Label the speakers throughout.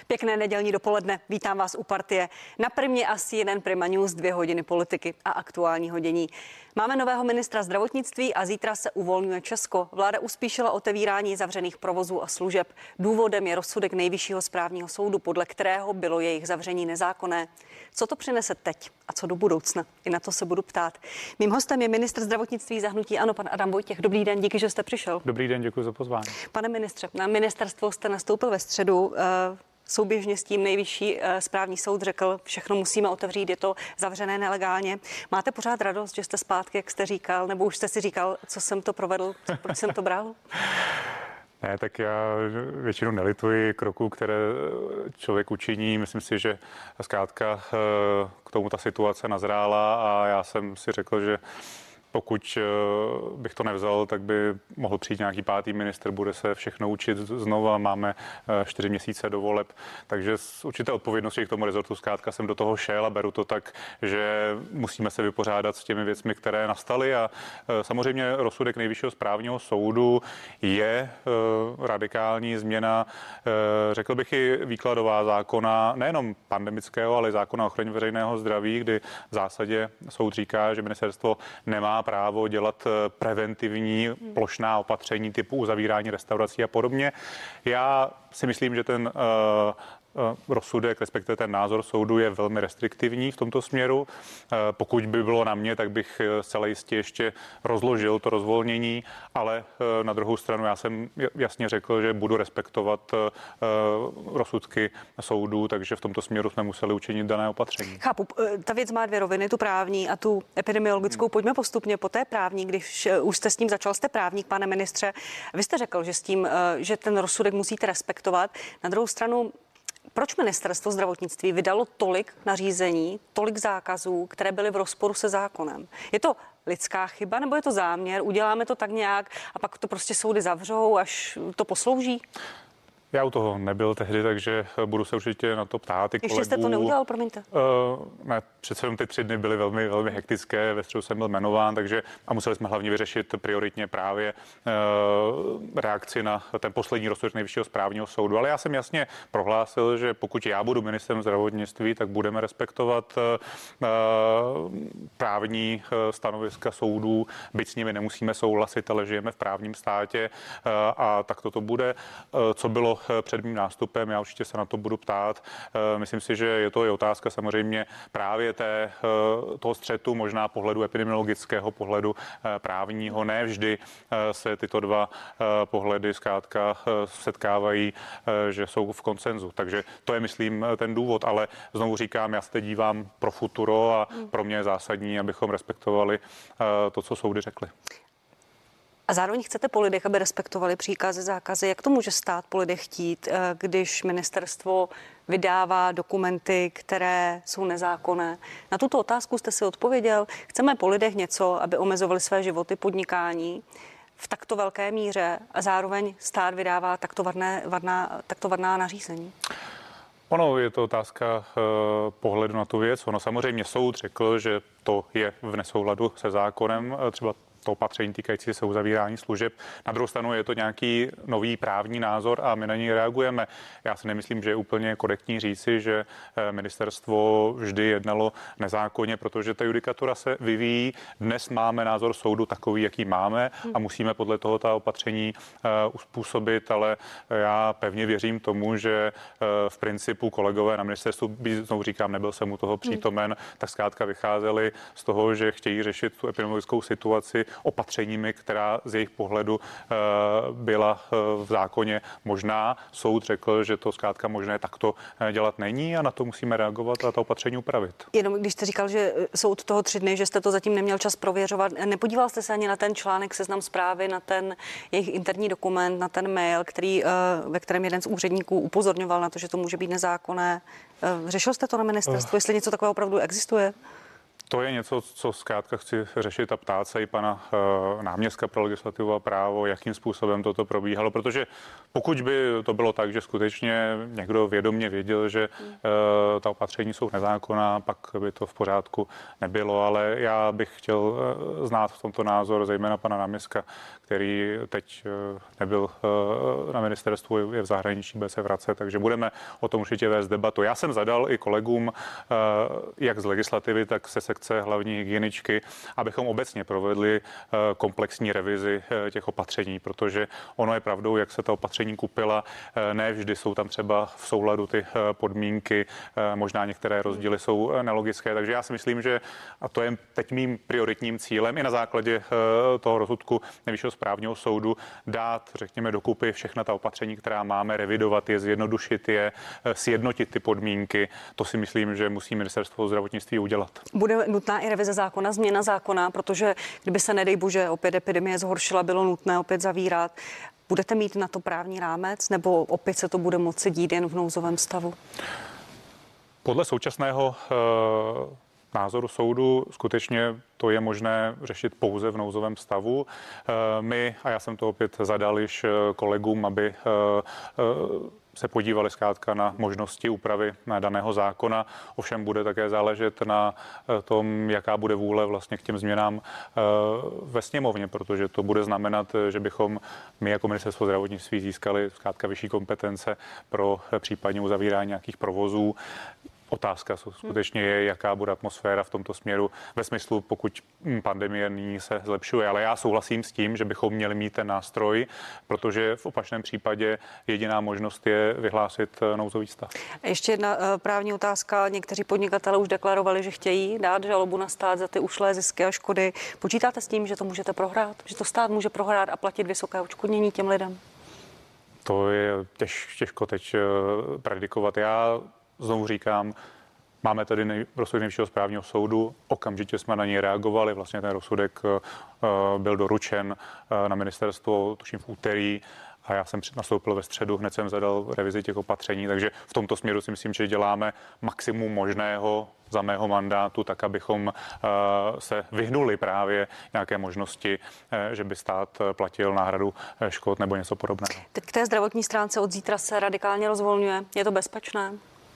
Speaker 1: Pěkné nedělní dopoledne, vítám vás u Partie. Na Primě asi jeden Prima News, 2 hodiny politiky a aktuálního dění. Máme nového ministra zdravotnictví a zítra se uvolňuje Česko. Vláda uspíšila otevírání zavřených provozů a služeb. Důvodem je rozsudek Nejvyššího správního soudu, podle kterého bylo jejich zavření nezákonné. Co to přinese teď a co do budoucna? I na to se budu ptát. Mým hostem je ministr zdravotnictví za hnutí ANO, pan Adam Vojtěch. Dobrý den, díky, že jste přišel.
Speaker 2: Dobrý den, děkuji za pozvání.
Speaker 1: Pane ministře, na ministerstvo jste nastoupil ve středu. Souběžně s tím Nejvyšší správní soud řekl, všechno musíme otevřít, je to zavřené nelegálně. Máte pořád radost, že jste zpátky, jak jste říkal, nebo už jste si říkal, co jsem to provedl, proč jsem to bral?
Speaker 2: Ne, tak já většinou nelituji kroků, které člověk učiní. Myslím si, že zkrátka k tomu ta situace nazrála a já jsem si řekl, že pokud bych to nevzal, tak by mohl přijít nějaký 5. ministr, bude se všechno učit znova, máme 4 měsíce do voleb, takže z určité odpovědnosti k tomu rezortu zkrátka jsem do toho šel a beru to tak, že musíme se vypořádat s těmi věcmi, které nastaly a samozřejmě rozsudek Nejvyššího správního soudu je radikální změna, řekl bych i výkladová zákona, nejenom pandemického, ale i zákona o ochraně veřejného zdraví, kdy v zásadě soud říká, že ministerstvo nemá právo dělat preventivní plošná opatření typu uzavírání restaurací a podobně. Já si myslím, že ten rozsudek, respektive ten názor soudu je velmi restriktivní v tomto směru. Pokud by bylo na mě, tak bych zcela jistě ještě rozložil to rozvolnění, ale na druhou stranu já jsem jasně řekl, že budu respektovat rozsudky soudu, takže v tomto směru jsme museli učinit dané opatření.
Speaker 1: Chápu, ta věc má 2 roviny, tu právní a tu epidemiologickou. Pojďme postupně po té právní, když už jste s tím začal, jste právník, pane ministře. Vy jste řekl, že s tím, že ten rozsudek musíte respektovat. Na druhou stranu, proč ministerstvo zdravotnictví vydalo tolik nařízení, tolik zákazů, které byly v rozporu se zákonem? Je to lidská chyba nebo je to záměr? Uděláme to tak nějak a pak to prostě soudy zavřou, až to poslouží?
Speaker 2: Já u toho nebyl tehdy, takže budu se určitě na to ptát.
Speaker 1: Ještě jste to neudělal, promiňte?
Speaker 2: Ne, přece jenom ty 3 dny byly velmi, velmi hektické, ve středu jsem byl jmenován, takže a museli jsme hlavně vyřešit prioritně právě reakci na ten poslední rozsudek Nejvyššího správního soudu. Ale já jsem jasně prohlásil, že pokud já budu ministrem zdravotnictví, tak budeme respektovat právní stanoviska soudů, byť s nimi nemusíme souhlasit, ale žijeme v právním státě a tak to bude. Co bylo před mým nástupem, já určitě se na to budu ptát. Myslím si, že je to i otázka samozřejmě právě toho střetu, možná pohledu epidemiologického, pohledu právního. Ne vždy se tyto 2 pohledy zkrátka setkávají, že jsou v konsenzu. Takže to je, myslím, ten důvod, ale znovu říkám, já se teď dívám pro futuro a pro mě je zásadní, abychom respektovali to, co soudy řekly.
Speaker 1: A zároveň chcete po lidech, aby respektovali příkazy, zákazy. Jak to může stát po lidech chtít, když ministerstvo vydává dokumenty, které jsou nezákonné? Na tuto otázku jste si odpověděl. Chceme po lidech něco, aby omezovali své životy, podnikání v takto velké míře a zároveň stát vydává takto vadná nařízení?
Speaker 2: Ono je to otázka pohledu na tu věc. Ono samozřejmě soud řekl, že to je v nesouladu se zákonem, třeba to opatření týkající se uzavírání služeb. Na druhou stranu je to nějaký nový právní názor a my na něj reagujeme. Já si nemyslím, že je úplně korektní říci, že ministerstvo vždy jednalo nezákonně, protože ta judikatura se vyvíjí. Dnes máme názor soudu takový, jaký máme a musíme podle toho ta opatření uspůsobit, ale já pevně věřím tomu, že v principu kolegové na ministerstvu, znovu říkám, nebyl jsem u toho přítomen, tak zkrátka vycházeli z toho, že chtějí řešit tu epidemiologickou situaci opatřeními, která z jejich pohledu byla v zákoně možná. Soud řekl, že to zkrátka možné takto dělat není a na to musíme reagovat a ta opatření upravit.
Speaker 1: Jenom když jste říkal, že soud toho 3 dny, že jste to zatím neměl čas prověřovat, nepodíval jste se ani na ten článek Seznam Zprávy, na ten jejich interní dokument, na ten mail, ve kterém jeden z úředníků upozorňoval na to, že to může být nezákonné. Řešil jste to na ministerstvu, jestli něco takového opravdu existuje?
Speaker 2: To je něco, co zkrátka chci řešit a ptát se i pana náměstka pro legislativu a právo, jakým způsobem toto probíhalo, protože pokud by to bylo tak, že skutečně někdo vědomě věděl, že ta opatření jsou nezákonná, pak by to v pořádku nebylo, ale já bych chtěl znát v tomto názor zejména pana náměstka, který teď nebyl na ministerstvu, je v zahraničí, bude se vracet, takže budeme o tom určitě vést debatu. Já jsem zadal i kolegům, jak z legislativy, tak se sekce hlavní hygieničky, abychom obecně provedli komplexní revizi těch opatření, protože ono je pravdou, jak se ta opatření kupila, ne vždy jsou tam třeba v souladu ty podmínky, možná některé rozdíly jsou nelogické, takže já si myslím, že a to je teď mým prioritním cílem i na základě toho rozsudku Nejvyššího správního soudu dát, řekněme, dokupy všechna ta opatření, která máme, revidovat je, zjednodušit je, sjednotit ty podmínky. To si myslím, že musí ministerstvo zdravotnictví udělat.
Speaker 1: Bude nutná i revize zákona, změna zákona, protože kdyby se, nedej bože, opět epidemie zhoršila, bylo nutné opět zavírat. Budete mít na to právní rámec, nebo opět se to bude moci dít jen v nouzovém stavu?
Speaker 2: Podle současného názoru soudu skutečně to je možné řešit pouze v nouzovém stavu. My, a já jsem to opět zadal již kolegům, aby se podívali zkrátka na možnosti úpravy daného zákona. Ovšem bude také záležet na tom, jaká bude vůle vlastně k těm změnám ve sněmovně, protože to bude znamenat, že bychom my jako ministerstvo zdravotnictví získali zkrátka vyšší kompetence pro případně uzavírání nějakých provozů. Otázka skutečně je, jaká bude atmosféra v tomto směru ve smyslu, pokud pandemie nyní se zlepšuje. Ale já souhlasím s tím, že bychom měli mít ten nástroj, protože v opačném případě jediná možnost je vyhlásit nouzový stav.
Speaker 1: Ještě jedna právní otázka. Někteří podnikatelé už deklarovali, že chtějí dát žalobu na stát za ty ušlé zisky a škody. Počítáte s tím, že to můžete prohrát? Že to stát může prohrát a platit vysoké odškodnění těm lidem?
Speaker 2: To je těžko teď predikovat. Já znovu říkám, máme tady rozsudek Nejvyššího správního soudu, okamžitě jsme na něj reagovali, vlastně ten rozsudek byl doručen na ministerstvo, tuším v úterý, a já jsem nastoupil ve středu, hned jsem zadal revizi těch opatření, takže v tomto směru si myslím, že děláme maximum možného za mého mandátu, tak abychom se vyhnuli právě nějaké možnosti, že by stát platil náhradu škod nebo něco podobného.
Speaker 1: Teď k té zdravotní stránce od zítra se radikálně rozvolňuje. Je to bezpečné?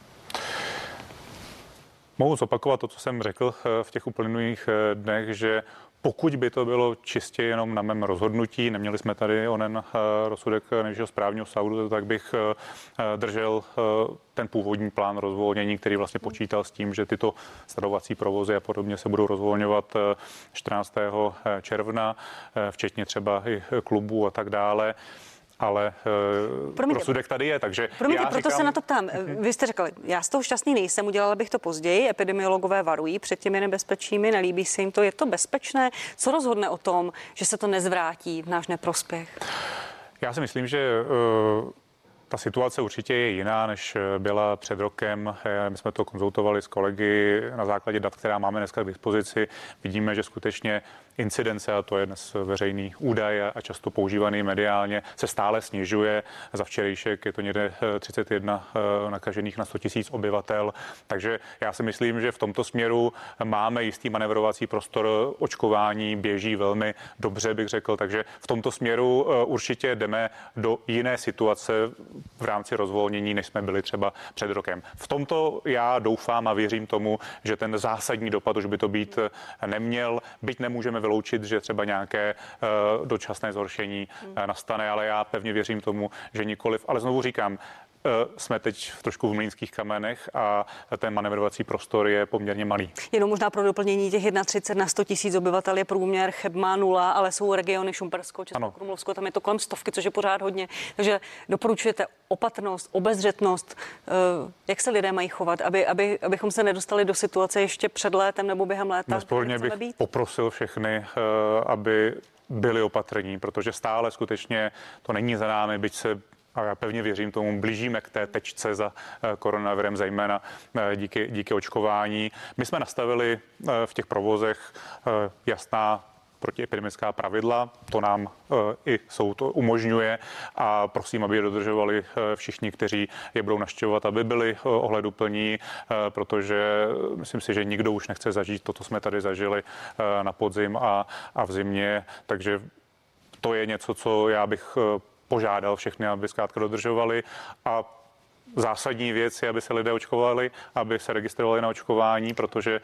Speaker 2: Mohu zopakovat to, co jsem řekl v těch uplynulých dnech, že pokud by to bylo čistě jenom na mém rozhodnutí, neměli jsme tady onen rozsudek Nejvyššího správního soudu, tak bych držel ten původní plán rozvolnění, který vlastně počítal s tím, že tyto stravovací provozy a podobně se budou rozvolňovat 14. června, včetně třeba i klubů a tak dále. Ale rozsudek tady je, takže
Speaker 1: proto se na to ptám. Vy jste řekli, já z toho šťastný nejsem, udělala bych to později, epidemiologové varují před těmi nebezpečími, nelíbí se jim to, je to bezpečné? Co rozhodne o tom, že se to nezvrátí v náš neprospěch?
Speaker 2: Já si myslím, že ta situace určitě je jiná, než byla před rokem. My jsme to konzultovali s kolegy na základě dat, která máme dneska k dispozici. Vidíme, že skutečně incidence, a to je dnes veřejný údaj a často používaný mediálně, se stále snižuje. Za včerejšek je to někde 31 nakažených na 100 000 obyvatel. Takže já si myslím, že v tomto směru máme jistý manevrovací prostor. Očkování běží velmi dobře, bych řekl. Takže v tomto směru určitě jdeme do jiné situace v rámci rozvolnění, než jsme byli třeba před rokem. V tomto já doufám a věřím tomu, že ten zásadní dopad už by to být neměl, byť nemůžeme vyloučit, že třeba nějaké dočasné zhoršení nastane, ale já pevně věřím tomu, že nikoliv. Ale znovu říkám, jsme teď trošku v mlýnských kamenech a ten manevrovací prostor je poměrně malý.
Speaker 1: Jenom možná pro doplnění těch 31 na 100 000 obyvatel je průměr, Cheb má 0, ale jsou regiony Šumpersko, Českokrumlovsko, tam je to kolem 100, což je pořád hodně. Takže doporučujete opatrnost, obezřetnost, jak se lidé mají chovat, abychom se nedostali do situace ještě před létem nebo během léta.
Speaker 2: Nesporně bych poprosil všechny, aby byli opatrní, protože stále skutečně to není za námi, byť se a já pevně věřím tomu, blížíme k té tečce za koronavirem, zejména díky očkování. My jsme nastavili v těch provozech jasná protiepidemická pravidla, to nám i soud umožňuje a prosím, aby je dodržovali všichni, kteří je budou navštěvovat, aby byli ohleduplní, protože myslím si, že nikdo už nechce zažít to, co jsme tady zažili na podzim a v zimě, takže to je něco, co já bych požádal všechny, aby zkrátka dodržovali a zásadní věc je, aby se lidé očkovali, aby se registrovali na očkování, protože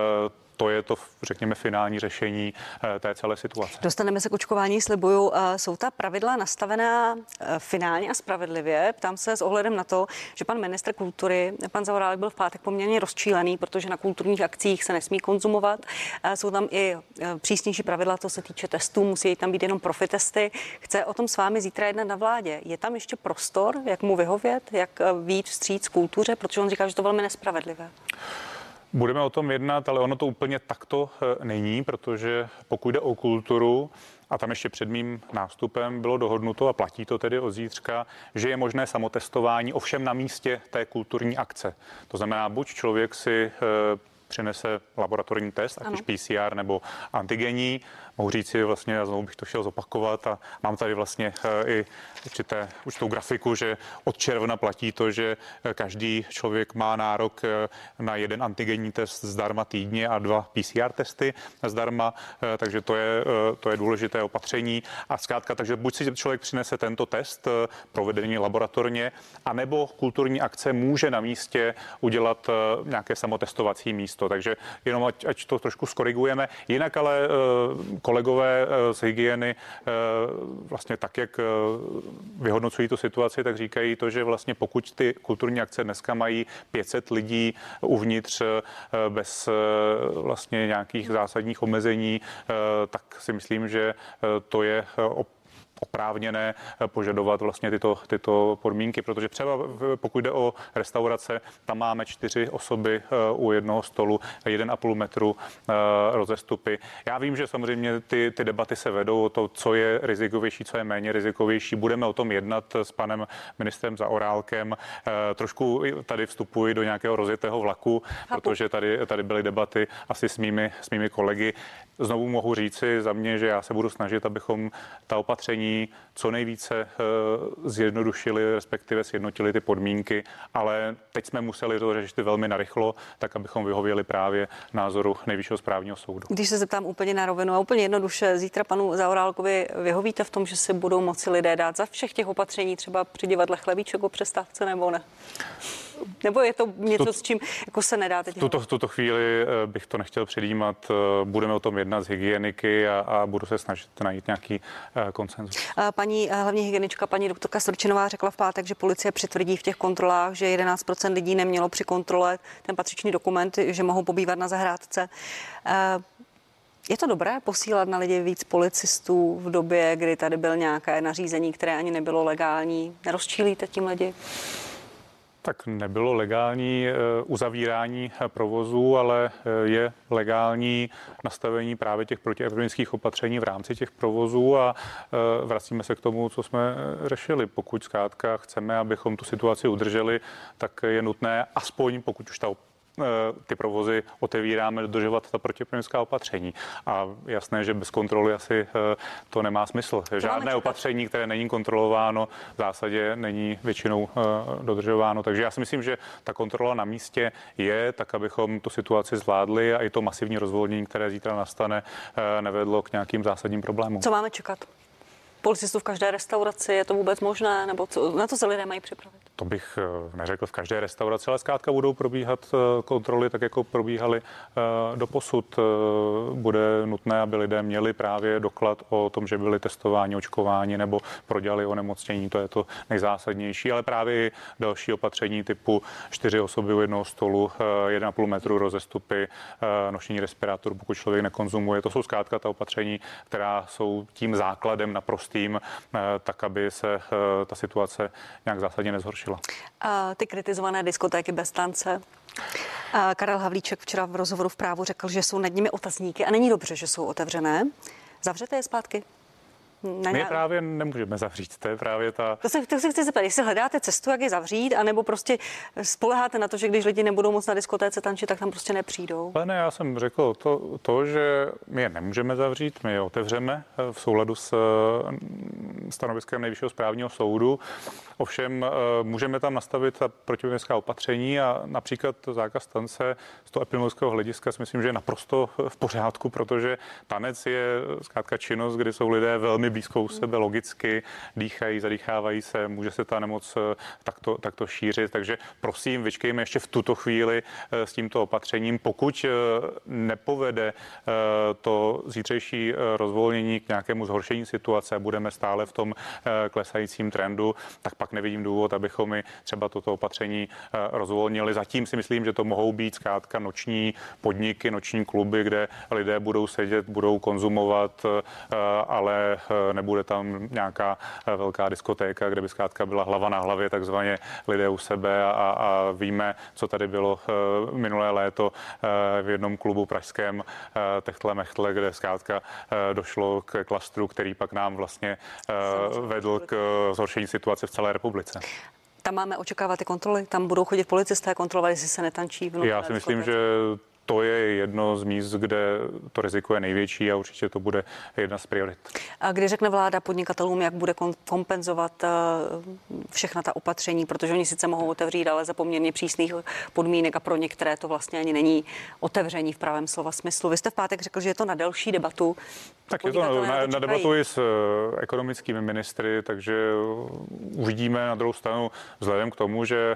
Speaker 2: to je to, řekněme, finální řešení té celé situace.
Speaker 1: Dostaneme se k očkování, slibuju. Jsou ta pravidla nastavená finálně a spravedlivě? Ptám se s ohledem na to, že pan ministr kultury, pan Zaorálek, byl v pátek poměrně rozčílený, protože na kulturních akcích se nesmí konzumovat. Jsou tam i přísnější pravidla, co se týče testů, musí tam být jenom profitesty. Chce o tom s vámi zítra jednat na vládě. Je tam ještě prostor, jak mu vyhovět, jak vyjít vstříc kultuře, protože on říká, že to je velmi nespravedlivé.
Speaker 2: Budeme o tom jednat, ale ono to úplně takto není, protože pokud jde o kulturu, a tam ještě před mým nástupem bylo dohodnuto a platí to tedy od zítřka, že je možné samotestování, ovšem na místě té kulturní akce. To znamená, buď člověk si přinese laboratorní test, ať už PCR nebo antigenní. Mohu říct si vlastně, já znovu bych to chtěl zopakovat a mám tady vlastně i určitou grafiku, že od června platí to, že každý člověk má nárok na jeden antigenní test zdarma týdně a 2 PCR testy zdarma, takže to je důležité opatření a zkrátka, takže buď si člověk přinese tento test provedený laboratorně, anebo kulturní akce může na místě udělat nějaké samotestovací místo, takže jenom ať to trošku skorigujeme. Jinak ale kolegové z hygieny vlastně tak, jak vyhodnocují tu situaci, tak říkají to, že vlastně pokud ty kulturní akce dneska mají 500 lidí uvnitř bez vlastně nějakých zásadních omezení, tak si myslím, že to je oprávněné požadovat vlastně tyto podmínky, protože třeba pokud jde o restaurace, tam máme 4 osoby u jednoho stolu, 1,5 metru rozestupy. Já vím, že samozřejmě ty debaty se vedou o to, co je rizikovější, co je méně rizikovější. Budeme o tom jednat s panem ministrem Zaorálkem. Trošku tady vstupuji do nějakého rozjetého vlaku, protože tady byly debaty asi s mými kolegy. Znovu mohu říci za mě, že já se budu snažit, abychom ta opatření co nejvíce zjednodušili, respektive sjednotili ty podmínky, ale teď jsme museli to řešit velmi narychlo, tak abychom vyhověli právě názoru Nejvyššího správního soudu. Když se
Speaker 1: zeptám úplně na rovinu a úplně jednoduše, zítra panu Zaorálkovi vyhovíte v tom, že si budou moci lidé dát za všech těch opatření třeba při divadle chlebíček o přestávce nebo ne? Nebo je to něco, s čím jako se nedá teď?
Speaker 2: V tuto chvíli bych to nechtěl předjímat. Budeme o tom jednat s hygieniky a budu se snažit najít nějaký konsenzus.
Speaker 1: Paní hlavní hygienička, paní doktorka Storčinová řekla v pátek, že policie přitvrdí v těch kontrolách, že 11% lidí nemělo při kontrole ten patřičný dokument, že mohou pobývat na zahrádce. Je to dobré posílat na lidi víc policistů v době, kdy tady byl nějaké nařízení, které ani nebylo legální? Nerozčílíte tím lidi?
Speaker 2: Tak nebylo legální uzavírání provozů, ale je legální nastavení právě těch protiepidemických opatření v rámci těch provozů a vracíme se k tomu, co jsme řešili. Pokud zkrátka chceme, abychom tu situaci udrželi, tak je nutné aspoň, pokud už ty provozy otevíráme, dodržovat ta protiepidemická opatření. A jasné, že bez kontroly asi to nemá smysl. Žádné opatření, které není kontrolováno, v zásadě není většinou dodržováno. Takže já si myslím, že ta kontrola na místě je, tak abychom tu situaci zvládli a i to masivní rozvolnění, které zítra nastane, nevedlo k nějakým zásadním problémům.
Speaker 1: Co máme čekat? Policistů v každé restauraci, je to vůbec možné, nebo na to se lidé mají připravit?
Speaker 2: To bych neřekl v každé restauraci, ale zkrátka budou probíhat kontroly tak, jako probíhaly doposud. Bude nutné, aby lidé měli právě doklad o tom, že byli testováni, očkováni nebo prodělali onemocnění. To je to nejzásadnější, ale právě i další opatření typu 4 osoby u jednoho stolu, 1,5 metru rozestupy, nošení respirátorů, pokud člověk nekonzumuje. To jsou zkrátka ta opatření, která jsou tím základem naprostým, tak aby se ta situace nějak zásadně nezhoršila.
Speaker 1: Ty kritizované diskotéky bez tance. Karel Havlíček včera v rozhovoru v Právu řekl, že jsou nad nimi otazníky a není dobře, že jsou otevřené. Zavřete je zpátky?
Speaker 2: My právě nemůžeme zavřít, to je právě ta...
Speaker 1: To se chci zeptat, jestli hledáte cestu, jak je zavřít, anebo prostě spoléháte na to, že když lidi nebudou moc na diskotéce tančit, tak tam prostě nepřijdou?
Speaker 2: Ale ne, já jsem řekl to, že my je nemůžeme zavřít, my je otevřeme v souladu s stanoviskem Nejvyššího správního soudu. Ovšem můžeme tam nastavit ta protiepidemická opatření a například zákaz tance z toho epidemiologického hlediska si myslím, že je naprosto v pořádku, protože tanec je zkrátka činnost, kdy jsou lidé velmi blízko u sebe, logicky dýchají, zadýchávají se, může se ta nemoc takto šířit, takže prosím, vyčkejme ještě v tuto chvíli s tímto opatřením. Pokud nepovede to zítřejší rozvolnění k nějakému zhoršení situace, budeme stále v tom klesajícím trendu, tak pak nevidím důvod, abychom i třeba toto opatření rozvolnili. Zatím si myslím, že to mohou být zkrátka noční podniky, noční kluby, kde lidé budou sedět, budou konzumovat, ale nebude tam nějaká velká diskotéka, kde by zkrátka byla hlava na hlavě, takzvaně lidé u sebe a víme, co tady bylo minulé léto v jednom klubu pražském Techtle Mechtle, kde zkrátka došlo k klastru, který pak nám vlastně vedl k zhoršení situace v celé republice.
Speaker 1: Tam máme očekávat ty kontroly, tam budou chodit policisté kontrolovat, jestli se netančí.
Speaker 2: Já si myslím, že to je jedno z míst, kde to riziko je největší a určitě to bude jedna z priorit.
Speaker 1: A kdy řekne vláda podnikatelům, jak bude kompenzovat všechna ta opatření, protože oni sice mohou otevřít, ale za poměrně přísných podmínek a pro některé to vlastně ani není otevření v pravém slova smyslu. Vy jste v pátek řekl, že je to na delší debatu.
Speaker 2: Tak je to na debatu i s ekonomickými ministry, takže uvidíme. Na druhou stranu vzhledem k tomu, že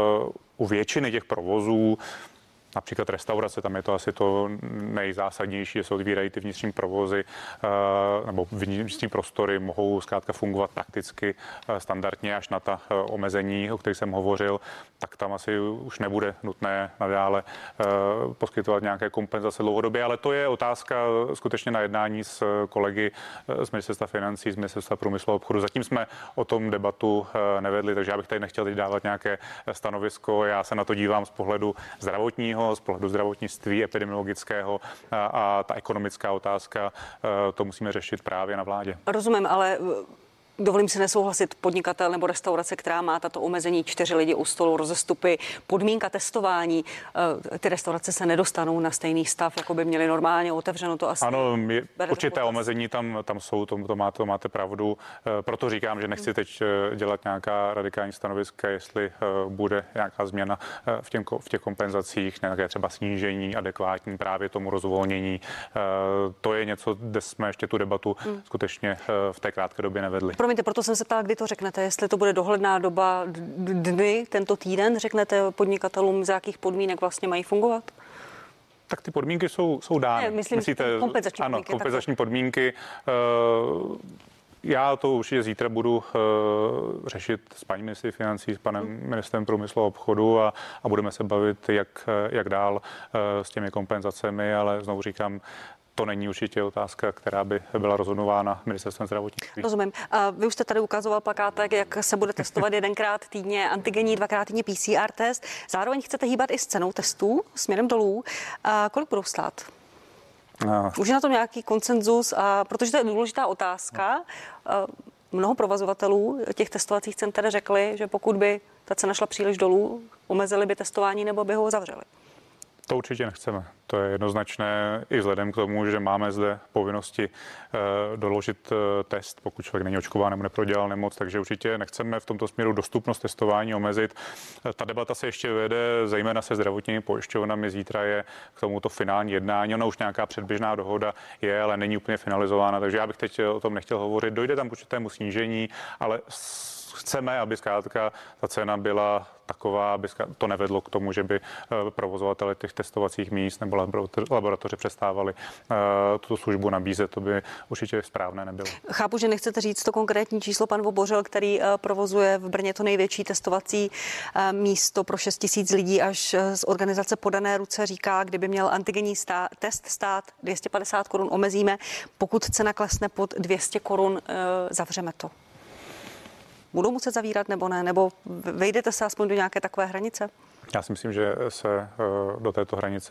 Speaker 2: u většiny těch provozů, například restaurace, tam je to asi to nejzásadnější, že se otvírají ty vnitřní provozy nebo vnitřní prostory, mohou zkrátka fungovat prakticky standardně až na ta omezení, o kterých jsem hovořil, tak tam asi už nebude nutné nadále poskytovat nějaké kompenzace dlouhodobě, ale to je otázka skutečně na jednání s kolegy z Ministerstva financí, z Ministerstva průmyslu a obchodu. Zatím jsme o tom debatu nevedli, takže já bych tady nechtěl teď dávat nějaké stanovisko. Já se na to dívám z pohledu zdravotního, z pohledu zdravotnictví, epidemiologického a ta ekonomická otázka, to musíme řešit právě na vládě.
Speaker 1: Rozumím, ale dovolím si nesouhlasit, podnikatel nebo restaurace, která má tato omezení 4 lidi u stolu, rozestupy, podmínka testování, ty restaurace se nedostanou na stejný stav, jako by měly normálně otevřeno, to asi.
Speaker 2: Ano, určité omezení tam jsou, to máte pravdu. Proto říkám, že nechci teď dělat nějaká radikální stanoviska, jestli bude nějaká změna v těch kompenzacích, nějaké třeba snížení adekvátní právě tomu rozvolnění. To je něco, kde jsme ještě tu debatu skutečně v té krátké době nevedli.
Speaker 1: Promiňte, proto jsem se ptala, kdy to řeknete, jestli to bude dohledná doba, dny, tento týden, řeknete podnikatelům, z jakých podmínek vlastně mají fungovat?
Speaker 2: Tak ty podmínky jsou dány.
Speaker 1: Myslíte
Speaker 2: kompenzační podmínky. Já to určitě zítra budu řešit s paní ministry financí, s panem ministrem průmyslu a obchodu a budeme se bavit, jak dál s těmi kompenzacemi, ale znovu říkám, to není určitě otázka, která by byla rozhodována ministerstvem zdravotnictví.
Speaker 1: Rozumím. A vy už jste tady ukazoval plakátek, jak se bude testovat 1krát týdně antigenní, 2krát týdně PCR test. Zároveň chcete hýbat i s cenou testů směrem dolů. A kolik budou stát? Už je na tom nějaký konsenzus, protože to je důležitá otázka. Mnoho provozovatelů těch testovacích center řekli, že pokud by ta cena šla příliš dolů, omezili by testování nebo by ho zavřeli.
Speaker 2: To určitě nechceme. To je jednoznačné i vzhledem k tomu, že máme zde povinnosti doložit test, pokud člověk není očkován nebo neprodělal nemoc, takže určitě nechceme v tomto směru dostupnost testování omezit. Ta debata se ještě vede, zejména se zdravotními pojišťovnami. Zítra je k tomuto finální jednání. Ona už nějaká předběžná dohoda je, ale není úplně finalizována, takže já bych teď o tom nechtěl hovořit. Dojde tam k určitému snížení, ale chceme, aby zkrátka ta cena byla taková, aby to nevedlo k tomu, že by provozovatele těch testovacích míst nebo laboratoře přestávali tuto službu nabízet. To by určitě správné nebylo.
Speaker 1: Chápu, že nechcete říct to konkrétní číslo. Pan Vobořil, který provozuje v Brně to největší testovací místo pro 6 000 lidí, až z organizace Podané ruce, říká, kdyby měl antigenní test stát 250 korun, omezíme. Pokud cena klesne pod 200 korun, zavřeme to. Budou muset zavírat nebo ne? Nebo vejdete se aspoň do nějaké takové hranice?
Speaker 2: Já si myslím, že se do této hranice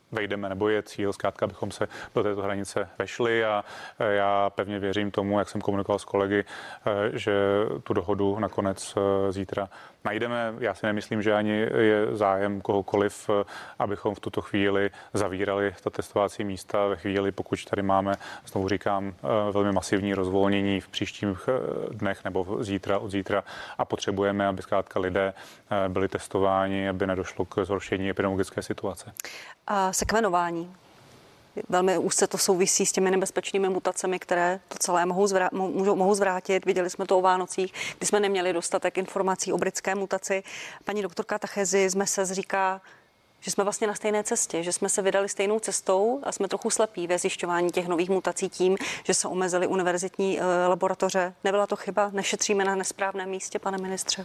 Speaker 2: vejdeme, nebo je cíl zkrátka, abychom se do této hranice vešli a já pevně věřím tomu, jak jsem komunikoval s kolegy, že tu dohodu nakonec zítra najdeme. Já si nemyslím, že ani je zájem kohokoliv, abychom v tuto chvíli zavírali ta testovací místa ve chvíli, pokud tady máme, znovu říkám, velmi masivní rozvolnění v příštích dnech nebo od zítra a potřebujeme, aby zkrátka lidé byli testováni, aby nedošlo k zhoršení epidemiologické situace.
Speaker 1: A sekvenování. Velmi úzce to souvisí s těmi nebezpečnými mutacemi, které to celé mohou zvrátit. Viděli jsme to o Vánocích, kdy jsme neměli dostatek informací o britské mutaci. Paní doktorka Tachezi z MESES říká, že jsme vlastně na stejné cestě, že jsme se vydali stejnou cestou a jsme trochu slepí ve zjišťování těch nových mutací tím, že se omezily univerzitní laboratoře. Nebyla to chyba? Nešetříme na nesprávném místě, pane ministře?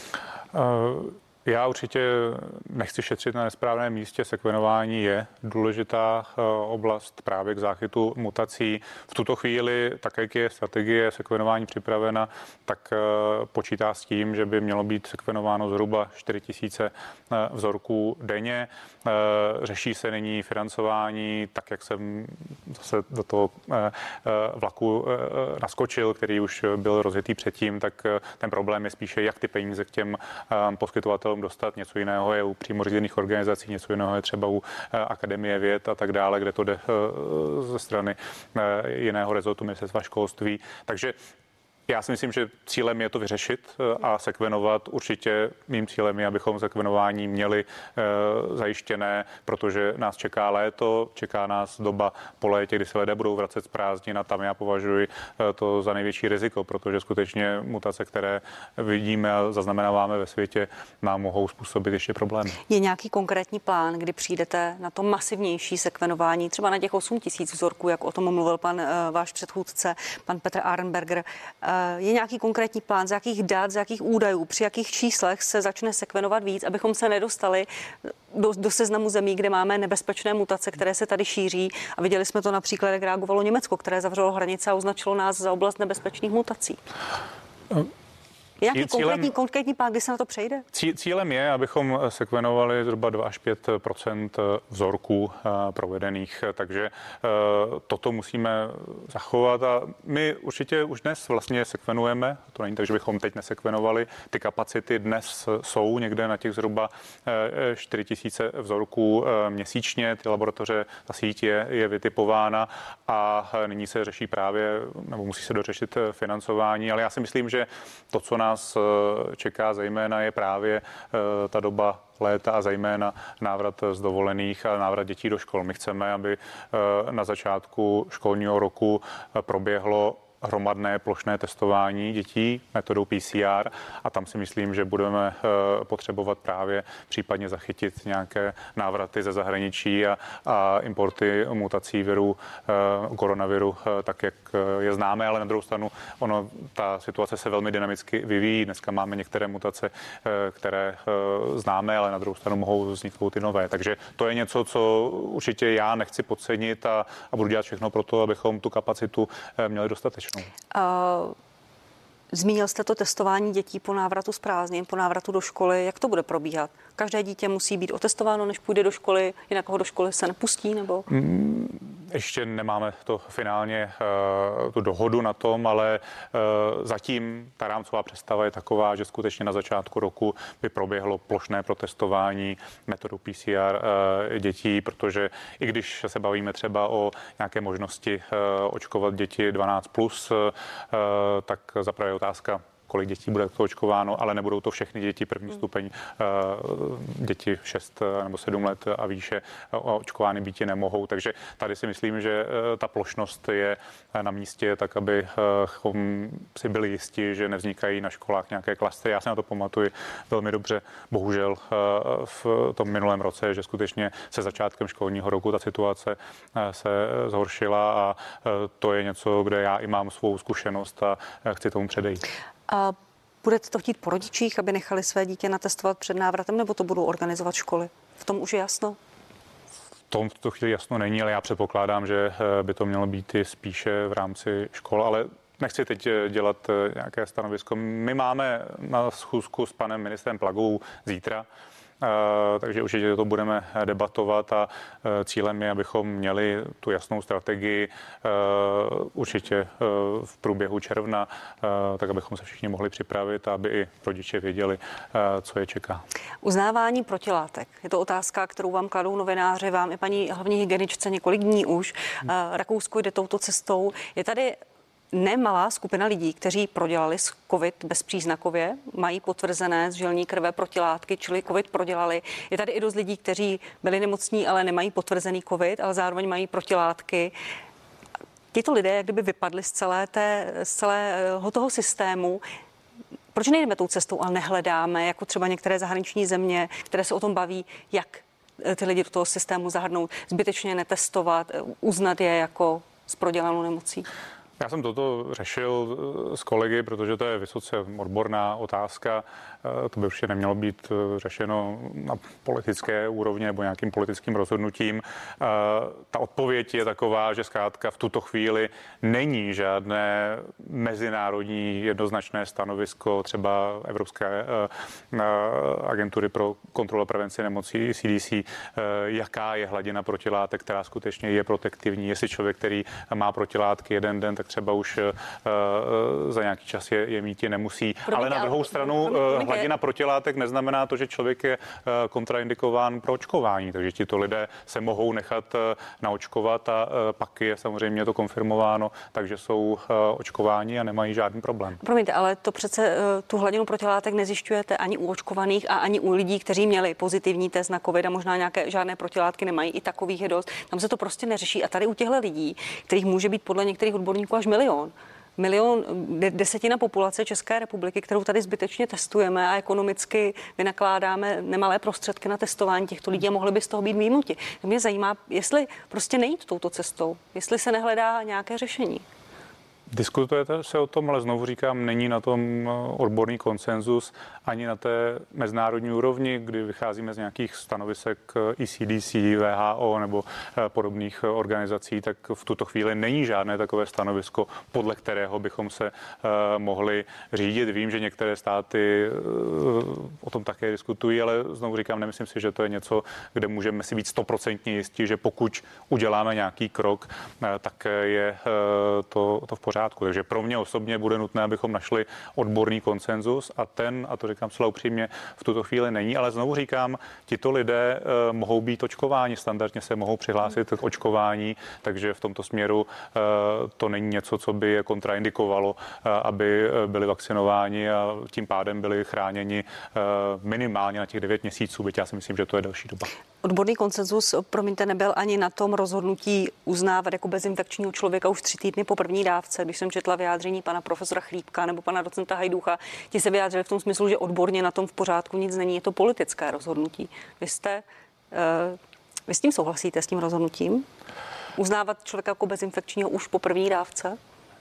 Speaker 2: Já určitě nechci šetřit na nesprávném místě. Sekvenování je důležitá oblast právě k záchytu mutací. V tuto chvíli, tak jak je strategie sekvenování připravena, tak počítá s tím, že by mělo být sekvenováno zhruba 4 000 vzorků denně. Řeší se nyní financování, tak jak jsem zase do toho vlaku naskočil, který už byl rozjetý předtím, tak ten problém je spíše, jak ty peníze k těm poskytovatelům dostat. Něco jiného je u přímo řízených organizací, něco jiného je třeba u Akademie věd a tak dále, kde to jde ze strany jiného rezortu ministerstva školství. Takže já si myslím, že cílem je to vyřešit a sekvenovat. Určitě mým cílem je, abychom sekvenování měli zajištěné, protože nás čeká léto, čeká nás doba po létě, kdy se lidé budou vracet z prázdnin a tam já považuji to za největší riziko, protože skutečně mutace, které vidíme a zaznamenáváme ve světě, nám mohou způsobit ještě problémy.
Speaker 1: Je nějaký konkrétní plán, kdy přijdete na to masivnější sekvenování, třeba na těch 8 000 vzorků, jak o tom mluvil váš předchůdce, pan Petr Arenberger? Je nějaký konkrétní plán, z jakých dat, z jakých údajů, při jakých číslech se začne sekvenovat víc, abychom se nedostali do seznamu zemí, kde máme nebezpečné mutace, které se tady šíří. A viděli jsme to například, jak reagovalo Německo, které zavřelo hranice a označilo nás za oblast nebezpečných mutací. Jaký konkrétní plán, kdy se na to přejde?
Speaker 2: Cílem je, abychom sekvenovali zhruba 2 až 5 % vzorků provedených, takže toto musíme zachovat a my určitě už dnes vlastně sekvenujeme, to není tak, že bychom teď nesekvenovali, ty kapacity dnes jsou někde na těch zhruba 4 000 vzorků měsíčně, ty laboratoře, ta síť je vytipována a nyní se řeší právě, nebo musí se dořešit financování, ale já si myslím, že to, co nás čeká zejména, je právě ta doba léta a zejména návrat z dovolených a návrat dětí do škol. My chceme, aby na začátku školního roku proběhlo hromadné plošné testování dětí metodou PCR a tam si myslím, že budeme potřebovat právě případně zachytit nějaké návraty ze zahraničí a importy mutací viru, koronaviru, tak jak je známe, ale na druhou stranu ta situace se velmi dynamicky vyvíjí. Dneska máme některé mutace, které známe, ale na druhou stranu mohou vzniknout i nové. Takže to je něco, co určitě já nechci podcenit a budu dělat všechno pro to, abychom tu kapacitu měli dostatečnou.
Speaker 1: Zmínil jste to testování dětí po návratu z prázdnin, po návratu do školy. Jak to bude probíhat? Každé dítě musí být otestováno, než půjde do školy, jinak ho do školy se nepustí, nebo?
Speaker 2: Ještě nemáme to finálně tu dohodu na tom, ale zatím ta rámcová představa je taková, že skutečně na začátku roku by proběhlo plošné protestování metodou PCR dětí, protože i když se bavíme třeba o nějaké možnosti očkovat děti 12+, tak zaprvé je otázka, kolik dětí bude to očkováno, ale nebudou to všechny děti první stupeň, děti 6 nebo 7 let a výše očkovány býti nemohou. Takže tady si myslím, že ta plošnost je na místě tak, abychom si byli jisti, že nevznikají na školách nějaké klastry. Já se na to pamatuji velmi dobře, bohužel v tom minulém roce, že skutečně se začátkem školního roku ta situace se zhoršila a to je něco, kde já i mám svou zkušenost a chci tomu předejít.
Speaker 1: A budete to chtít po rodičích, aby nechali své dítě natestovat před návratem, nebo to budou organizovat školy? V tom už je jasno?
Speaker 2: V tom v tuto chvíli jasno není, ale já předpokládám, že by to mělo být i spíše v rámci škol, ale nechci teď dělat nějaké stanovisko. My máme na schůzku s panem ministrem Plagou zítra takže určitě to budeme debatovat a cílem je, abychom měli tu jasnou strategii určitě v průběhu června, tak abychom se všichni mohli připravit, aby i rodiče věděli, co je čeká.
Speaker 1: Uznávání protilátek. Je to otázka, kterou vám kladou novináři, vám i paní hlavní hygieničce několik dní už. Rakousko jde touto cestou. Je tady nemalá skupina lidí, kteří prodělali s COVID bezpříznakově, mají potvrzené z žilní krve protilátky, čili COVID prodělali. Je tady i dost lidí, kteří byli nemocní, ale nemají potvrzený COVID, ale zároveň mají protilátky. Tito lidé jak kdyby vypadli z celého toho systému. Proč nejdeme tou cestou, ale nehledáme, jako třeba některé zahraniční země, které se o tom baví, jak ty lidi do toho systému zahrnout, zbytečně netestovat, uznat je jako s prodělanou nemocí?
Speaker 2: Já jsem toto řešil s kolegy, protože to je vysoce odborná otázka. To by určitě nemělo být řešeno na politické úrovni nebo nějakým politickým rozhodnutím. Ta odpověď je taková, že zkrátka v tuto chvíli není žádné mezinárodní jednoznačné stanovisko třeba Evropské agentury pro kontrolu a prevenci nemocí CDC, jaká je hladina protilátek, která skutečně je protektivní. Jestli člověk, který má protilátky jeden den, tak třeba už za nějaký čas je mít nemusí. Ale na druhou stranu hladina protilátek neznamená to, že člověk je kontraindikován pro očkování. Takže tito lidé se mohou nechat naočkovat a pak je samozřejmě to konfirmováno, takže jsou očkováni a nemají žádný problém.
Speaker 1: Promiňte, ale to přece tu hladinu protilátek nezjišťujete ani u očkovaných a ani u lidí, kteří měli pozitivní test na COVID a možná žádné protilátky nemají, i takových je dost. Tam se to prostě neřeší. A tady u těchto lidí, kterých může být podle některých odborníků až milion, desetina populace České republiky, kterou tady zbytečně testujeme a ekonomicky vynakládáme nemalé prostředky na testování těchto lidí a mohli by z toho být výjimuti. To mě zajímá, jestli prostě nejít touto cestou, jestli se nehledá nějaké řešení.
Speaker 2: Diskutujete se o tom, ale znovu říkám, není na tom odborný konsenzus ani na té mezinárodní úrovni, kdy vycházíme z nějakých stanovisek ECDC, WHO nebo podobných organizací, tak v tuto chvíli není žádné takové stanovisko, podle kterého bychom se mohli řídit. Vím, že některé státy o tom také diskutují, ale znovu říkám, nemyslím si, že to je něco, kde můžeme si být 100% jistí, že pokud uděláme nějaký krok, tak je to v pořádku. Takže pro mě osobně bude nutné, abychom našli odborný konsenzus a to říkám celá upřímně, v tuto chvíli není, ale znovu říkám, tito lidé mohou být očkováni, standardně se mohou přihlásit k očkování, takže v tomto směru to není něco, co by je kontraindikovalo, aby byli vakcinováni a tím pádem byli chráněni minimálně na těch 9 měsíců, byť já si myslím, že to je delší doba.
Speaker 1: Odborný konsenzus, promiňte, nebyl ani na tom rozhodnutí uznávat jako bezinfekčního člověka už 3 týdny po první dávce. Když jsem četla vyjádření pana profesora Chlípka nebo pana docenta Hajducha, ti se vyjádřili v tom smyslu, že odborně na tom v pořádku nic není, je to politické rozhodnutí. Vy s tím souhlasíte, s tím rozhodnutím? Uznávat člověka jako bezinfekčního už po první dávce?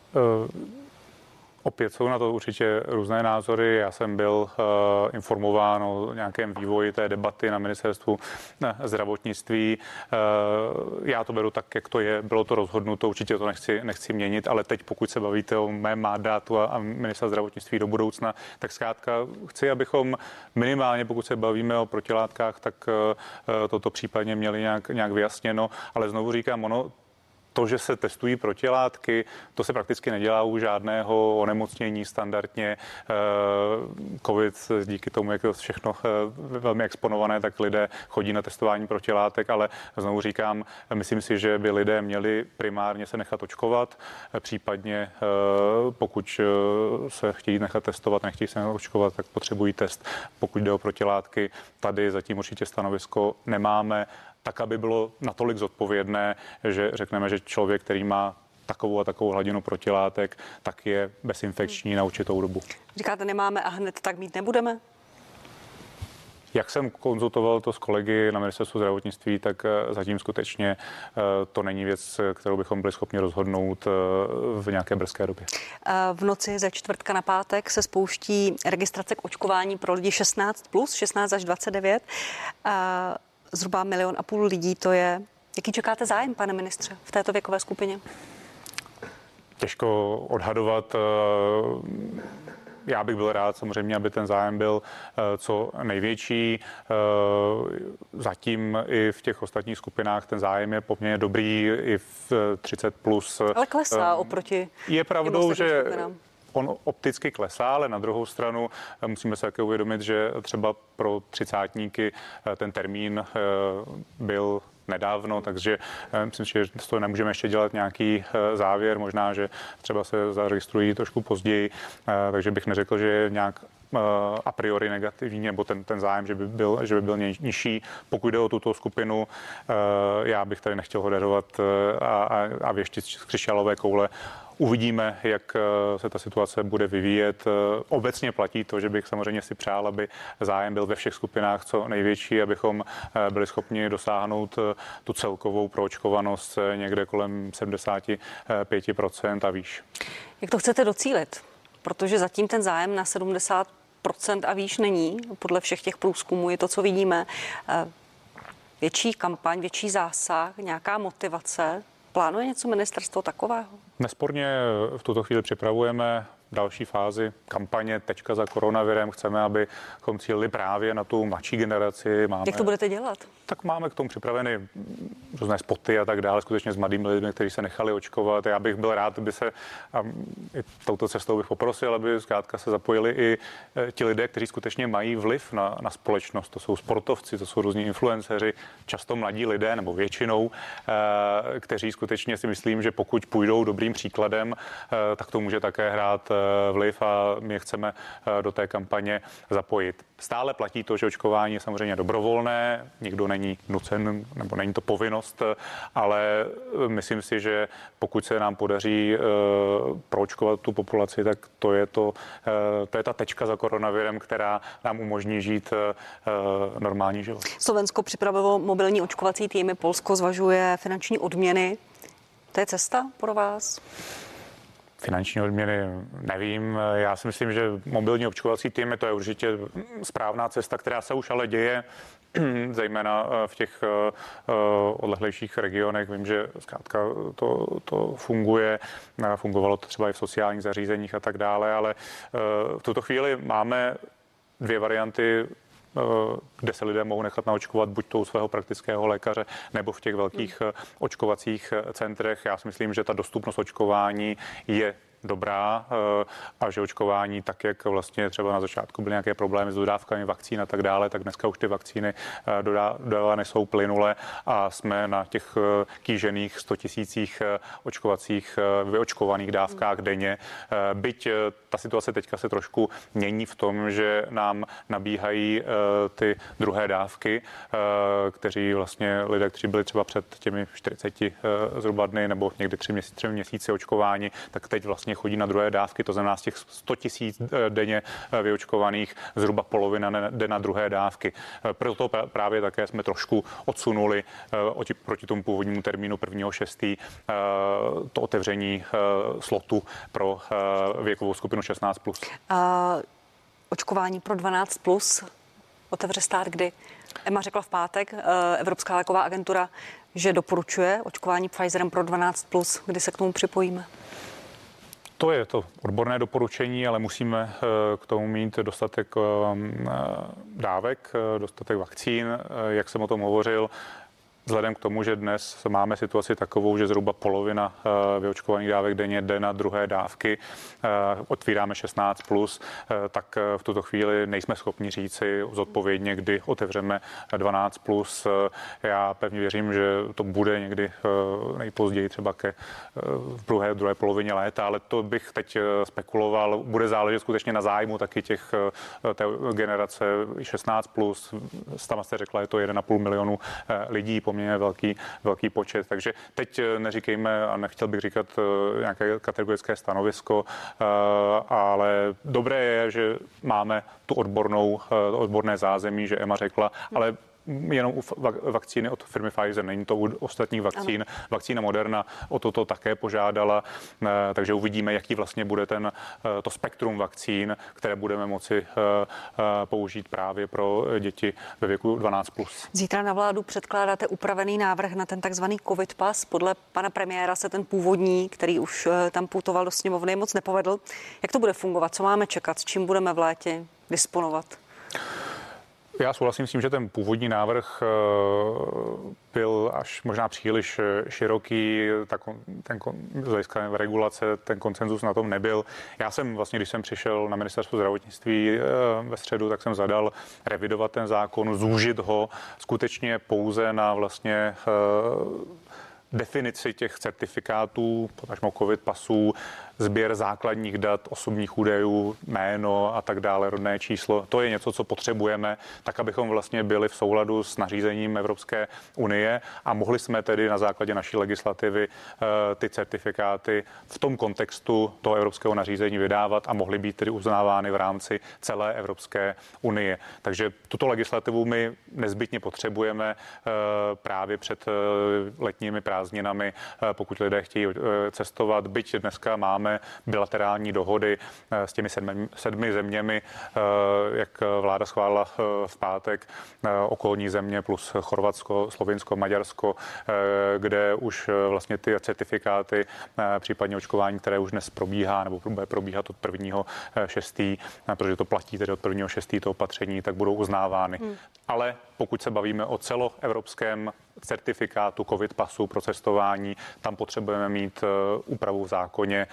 Speaker 2: Opět jsou na to určitě různé názory. Já jsem byl informován o nějakém vývoji té debaty na ministerstvu zdravotnictví. Já to beru tak, jak to je. Bylo to rozhodnuto, určitě to nechci měnit, ale teď, pokud se bavíte o mém mandátu a ministra zdravotnictví do budoucna, tak zkrátka chci, abychom minimálně, pokud se bavíme o protilátkách, tak toto případně měli nějak vyjasněno. Ale znovu říkám, to, že se testují protilátky, to se prakticky nedělá u žádného onemocnění standardně. COVID, díky tomu, jak je to všechno velmi exponované, tak lidé chodí na testování protilátek, ale znovu říkám, myslím si, že by lidé měli primárně se nechat očkovat, případně pokud se chtějí nechat testovat, nechtějí se nechat očkovat, tak potřebují test. Pokud jde o protilátky, tady zatím určitě stanovisko nemáme, tak, aby bylo natolik zodpovědné, že řekneme, že člověk, který má takovou a takovou hladinu protilátek, tak je bezinfekční na určitou dobu.
Speaker 1: Říkáte, nemáme a hned tak mít nebudeme?
Speaker 2: Jak jsem konzultoval to s kolegy na ministerstvu zdravotnictví, tak zatím skutečně to není věc, kterou bychom byli schopni rozhodnout v nějaké brzké době.
Speaker 1: V noci ze čtvrtka na pátek se spouští registrace k očkování pro lidi 16+, 16 až 29. Zhruba 1,5 milionu lidí to je. Jaký čekáte zájem, pane ministře, v této věkové skupině?
Speaker 2: Těžko odhadovat. já bych byl rád samozřejmě, aby ten zájem byl co největší. Zatím i v těch ostatních skupinách ten zájem je poměrně dobrý, i v 30+.
Speaker 1: Ale klesá oproti.
Speaker 2: Je pravdou, že
Speaker 1: skupinám.
Speaker 2: on opticky klesá, ale na druhou stranu musíme se také uvědomit, že třeba pro třicátníky ten termín byl nedávno, takže myslím, že z toho nemůžeme ještě dělat nějaký závěr, možná, že třeba se zaregistrují trošku později, takže bych neřekl, že je nějak a priori negativní, nebo ten zájem, že by byl nižší. Pokud jde o tuto skupinu, já bych tady nechtěl hoderovat a věštit z křišťálové koule. Uvidíme, jak se ta situace bude vyvíjet. Obecně platí to, že bych samozřejmě si přál, aby zájem byl ve všech skupinách co největší, abychom byli schopni dosáhnout tu celkovou proočkovanost někde kolem 75% a výš.
Speaker 1: Jak to chcete docílit? Protože zatím ten zájem na 70% a výš není. Podle všech těch průzkumů je to, co vidíme. Větší kampaň, větší zásah, nějaká motivace. Plánuje něco ministerstvo takového?
Speaker 2: Nesporně v tuto chvíli připravujeme další fázi kampaně Tečka za koronavirem. Chceme, abychom cílili právě na tu mladší generaci.
Speaker 1: Jak to budete dělat?
Speaker 2: Tak máme k tomu připraveny různé spoty a tak dále, skutečně s mladými lidmi, kteří se nechali očkovat. Já bych byl rád, aby se, a i touto cestou bych poprosil, aby zkrátka se zapojili i ti lidé, kteří skutečně mají vliv na společnost. To jsou sportovci, to jsou různí influenceři, často mladí lidé, nebo většinou, kteří skutečně si myslím, že pokud půjdou dobrým příkladem, tak to může také hrát vliv a my je chceme do té kampaně zapojit. Stále platí to, že očkování je samozřejmě dobrovolné, nikdo není nucen, nebo není to povinnost, ale myslím si, že pokud se nám podaří proočkovat tu populaci, tak to je ta tečka za koronavirem, která nám umožní žít normální život.
Speaker 1: Slovensko připravilo mobilní očkovací týmy, Polsko zvažuje finanční odměny. To je cesta pro vás?
Speaker 2: Finanční odměny nevím. Já si myslím, že mobilní očkovací týmy, to je určitě správná cesta, která se už ale děje, zejména v těch odlehlejších regionech. Vím, že zkrátka to funguje. Fungovalo to třeba i v sociálních zařízeních a tak dále, ale v tuto chvíli máme dvě varianty, kde se lidé mohou nechat naočkovat buď to u svého praktického lékaře nebo v těch velkých očkovacích centrech. Já si myslím, že ta dostupnost očkování je dobrá a že očkování, tak jak vlastně třeba na začátku byly nějaké problémy s dodávkami vakcín a tak dále, tak dneska už ty vakcíny dodávány jsou plynule a jsme na těch kýžených 100 000 očkovacích vyočkovaných dávkách denně. Byť ta situace teďka se trošku mění v tom, že nám nabíhají ty druhé dávky, kteří vlastně lidé, kteří byli třeba před těmi 40 zhruba dny nebo někdy 3 měsíce očkování, tak teď vlastně chodí na druhé dávky, to znamená z těch 100 000 denně vyočkovaných zhruba polovina jde na druhé dávky. Proto právě také jsme trošku odsunuli proti tomu původnímu termínu 1.6. To otevření slotu pro věkovou skupinu 16+.
Speaker 1: Očkování pro 12+ otevře stát kdy? EMA řekla v pátek, Evropská léková agentura, že doporučuje očkování Pfizerem pro 12+. Kdy se k tomu připojíme?
Speaker 2: To je to odborné doporučení, ale musíme k tomu mít dostatek dávek, dostatek vakcín, jak jsem o tom hovořil. Vzhledem k tomu, že dnes máme situaci takovou, že zhruba polovina vyočkovaných dávek denně jde na druhé dávky, otvíráme 16+, tak v tuto chvíli nejsme schopni říci zodpovědně, kdy otevřeme 12+. Já pevně věřím, že to bude někdy nejpozději třeba v druhé polovině léta, ale to bych teď spekuloval. Bude záležet skutečně na zájmu taky té generace 16+. Tam jste řekla, je to 1,5 milionu lidí, poměrně velký počet. Takže teď neříkejme, a nechtěl bych říkat nějaké kategorické stanovisko, ale dobré je, že máme tu odborné zázemí, že EMA řekla, ale jenom u vakcíny od firmy Pfizer, není to u ostatních vakcín. Ano. Vakcína Moderna o toto také požádala, takže uvidíme, jaký vlastně bude to spektrum vakcín, které budeme moci použít právě pro děti ve věku 12+.
Speaker 1: Zítra na vládu předkládáte upravený návrh na ten takzvaný COVID pas. Podle pana premiéra se ten původní, který už tam putoval do sněmovny, moc nepovedl. Jak to bude fungovat? Co máme čekat? S čím budeme v létě disponovat?
Speaker 2: Já souhlasím s tím, že ten původní návrh byl až možná příliš široký, z hlediska regulace ten konsenzus na tom nebyl. Já jsem vlastně, když jsem přišel na ministerstvo zdravotnictví ve středu, tak jsem zadal revidovat ten zákon, zúžit ho skutečně pouze na vlastně definici těch certifikátů, potažmo COVID pasů, sběr základních dat, osobních údajů, jméno a tak dále, rodné číslo. To je něco, co potřebujeme, tak abychom vlastně byli v souladu s nařízením Evropské unie a mohli jsme tedy na základě naší legislativy ty certifikáty v tom kontextu toho evropského nařízení vydávat a mohly být tedy uznávány v rámci celé Evropské unie. Takže tuto legislativu my nezbytně potřebujeme právě před letními prázdninami, pokud lidé chtějí cestovat, byť dneska máme bilaterální dohody s těmi 7 zeměmi, jak vláda schválila v pátek, okolní země plus Chorvatsko, Slovinsko, Maďarsko, kde už vlastně ty certifikáty, případně očkování, které už dnes probíhá nebo bude probíhat od 1.6., protože to platí tedy od 1.6. to opatření, tak budou uznávány. Ale pokud se bavíme o celoevropském certifikátu COVID pasu pro cestování, tam potřebujeme mít úpravu v zákoně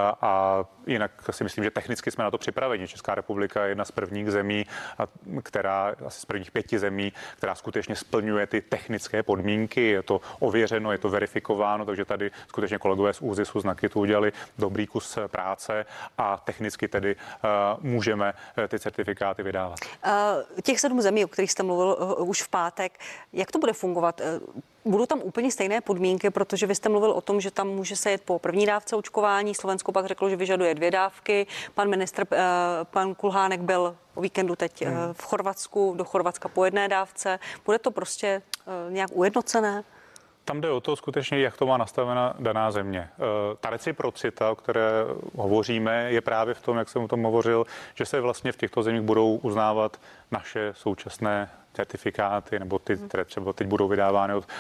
Speaker 2: a jinak si myslím, že technicky jsme na to připraveni. Česká republika je jedna z prvních zemí, asi z prvních 5 zemí, která skutečně splňuje ty technické podmínky. Je to ověřeno, je to verifikováno, takže tady skutečně kolegové z ÚZISu znaky tu udělali dobrý kus práce a technicky tedy můžeme ty certifikáty vydávat.
Speaker 1: Těch 7 zemí, o kterých jste mluvil už v pátek, jak to bude fungovat? Budou tam úplně stejné podmínky, protože vy jste mluvil o tom, že tam může se jet po první dávce očkování. Slovensko pak řeklo, že vyžaduje 2 dávky. Pan ministr, pan Kulhánek byl o víkendu teď v Chorvatsku, do Chorvatska po 1 dávce. Bude to prostě nějak ujednocené?
Speaker 2: Tam jde o to skutečně, jak to má nastavena daná země. Ta reciprocita, o které hovoříme, je právě v tom, jak jsem o tom hovořil, že se vlastně v těchto zemích budou uznávat naše současné certifikáty, nebo ty, které třeba teď budou vydávány od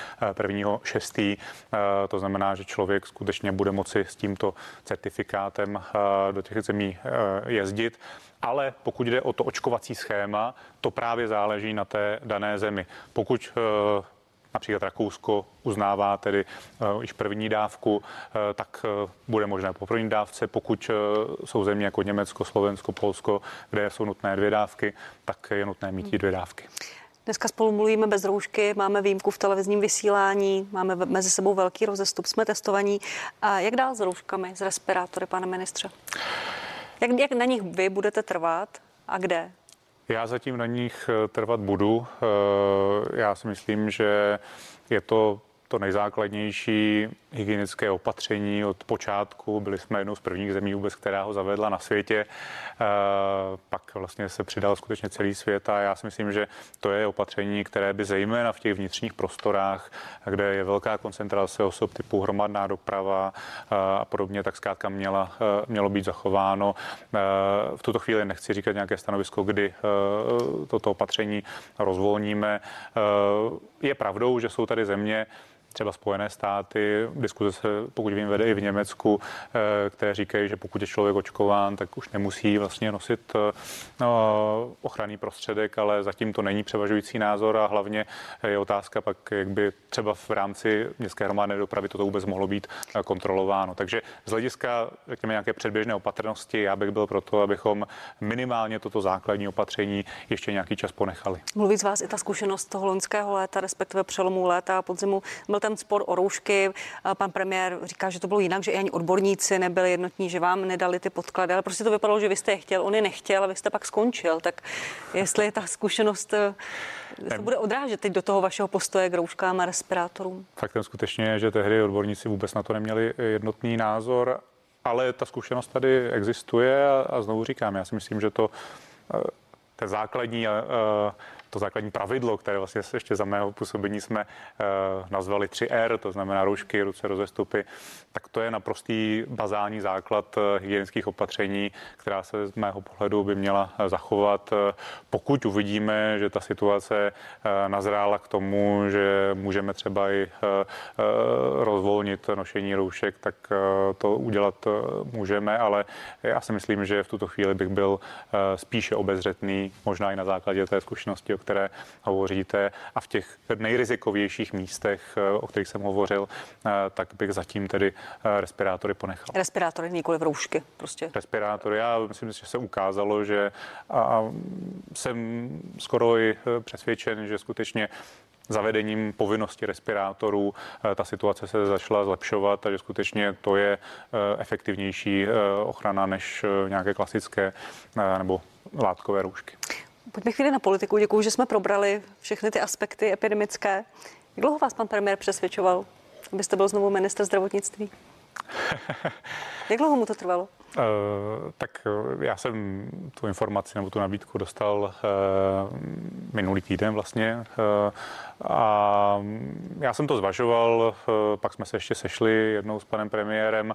Speaker 2: 1.6. To znamená, že člověk skutečně bude moci s tímto certifikátem do těch zemí jezdit. Ale pokud jde o to očkovací schéma, to právě záleží na té dané zemi. Pokud například Rakousko uznává tedy již první dávku, tak bude možné po první dávce. Pokud jsou země jako Německo, Slovensko, Polsko, kde jsou nutné 2 dávky, tak je nutné mít 2 dávky.
Speaker 1: Dneska spolu mluvíme bez roušky, máme výjimku v televizním vysílání, máme mezi sebou velký rozestup, jsme testovaní. A jak dál s rouškami, s respirátory, pane ministře? Jak na nich vy budete trvat a kde?
Speaker 2: Já zatím na nich trvat budu. Já si myslím, že je to nejzákladnější hygienické opatření od počátku. Byli jsme jednou z prvních zemí vůbec, která ho zavedla na světě. Pak vlastně se přidal skutečně celý svět a já si myslím, že to je opatření, které by zejména v těch vnitřních prostorách, kde je velká koncentrace osob typu hromadná doprava a podobně, tak zkrátka mělo být zachováno. V tuto chvíli nechci říkat nějaké stanovisko, kdy toto opatření rozvolníme. Je pravdou, že jsou tady země, třeba Spojené státy, diskuze se, pokud vím, vede i v Německu, které říkají, že pokud je člověk očkován, tak už nemusí vlastně nosit ochranný prostředek, ale zatím to není převažující názor a hlavně je otázka pak, jak by třeba v rámci městské hromadné dopravy toto vůbec mohlo být kontrolováno. Takže z hlediska, řekněme, nějaké předběžné opatrnosti, já bych byl proto, abychom minimálně toto základní opatření ještě nějaký čas ponechali.
Speaker 1: Mluví z vás i ta zkušenost toho loňského léta, respektive přelomu léta a podzimu. Byl ten spor o roušky. Pan premiér říká, že to bylo jinak, že i ani odborníci nebyli jednotní, že vám nedali ty podklady, ale prostě to vypadalo, že vy jste je chtěl, on je nechtěl a vy jste pak skončil. Tak jestli je ta zkušenost se bude odrážet teď do toho vašeho postoje k rouškám a respirátorům?
Speaker 2: Faktem skutečně je, že tehdy odborníci vůbec na to neměli jednotný názor, ale ta zkušenost tady existuje a znovu říkám, já si myslím, že ten základní to základní pravidlo, které vlastně ještě za mého působení jsme nazvali 3R, to znamená roušky, ruce, rozestupy, tak to je naprostý bazální základ hygienických opatření, která se z mého pohledu by měla zachovat. Pokud uvidíme, že ta situace nazrála k tomu, že můžeme třeba i rozvolnit nošení roušek, tak to udělat můžeme, ale já si myslím, že v tuto chvíli bych byl spíše obezřetný, možná i na základě té zkušenosti, o které hovoříte, a v těch nejrizikovějších místech, o kterých jsem hovořil, tak bych zatím tedy respirátory ponechal.
Speaker 1: Respirátory, nikoli v roušky prostě.
Speaker 2: Respirátory, já myslím, že se ukázalo, že a jsem skoro i přesvědčen, že skutečně zavedením povinnosti respirátorů ta situace se začala zlepšovat a že skutečně to je efektivnější ochrana než nějaké klasické nebo látkové roušky.
Speaker 1: Pojďme chvíli na politiku. Děkuji, že jsme probrali všechny ty aspekty epidemické. Jak dlouho vás pan premiér přesvědčoval, abyste byl znovu ministr zdravotnictví? Jak dlouho mu to trvalo?
Speaker 2: Tak já jsem tu informaci nebo tu nabídku dostal minulý týden vlastně a já jsem to zvažoval, pak jsme se ještě sešli jednou s panem premiérem.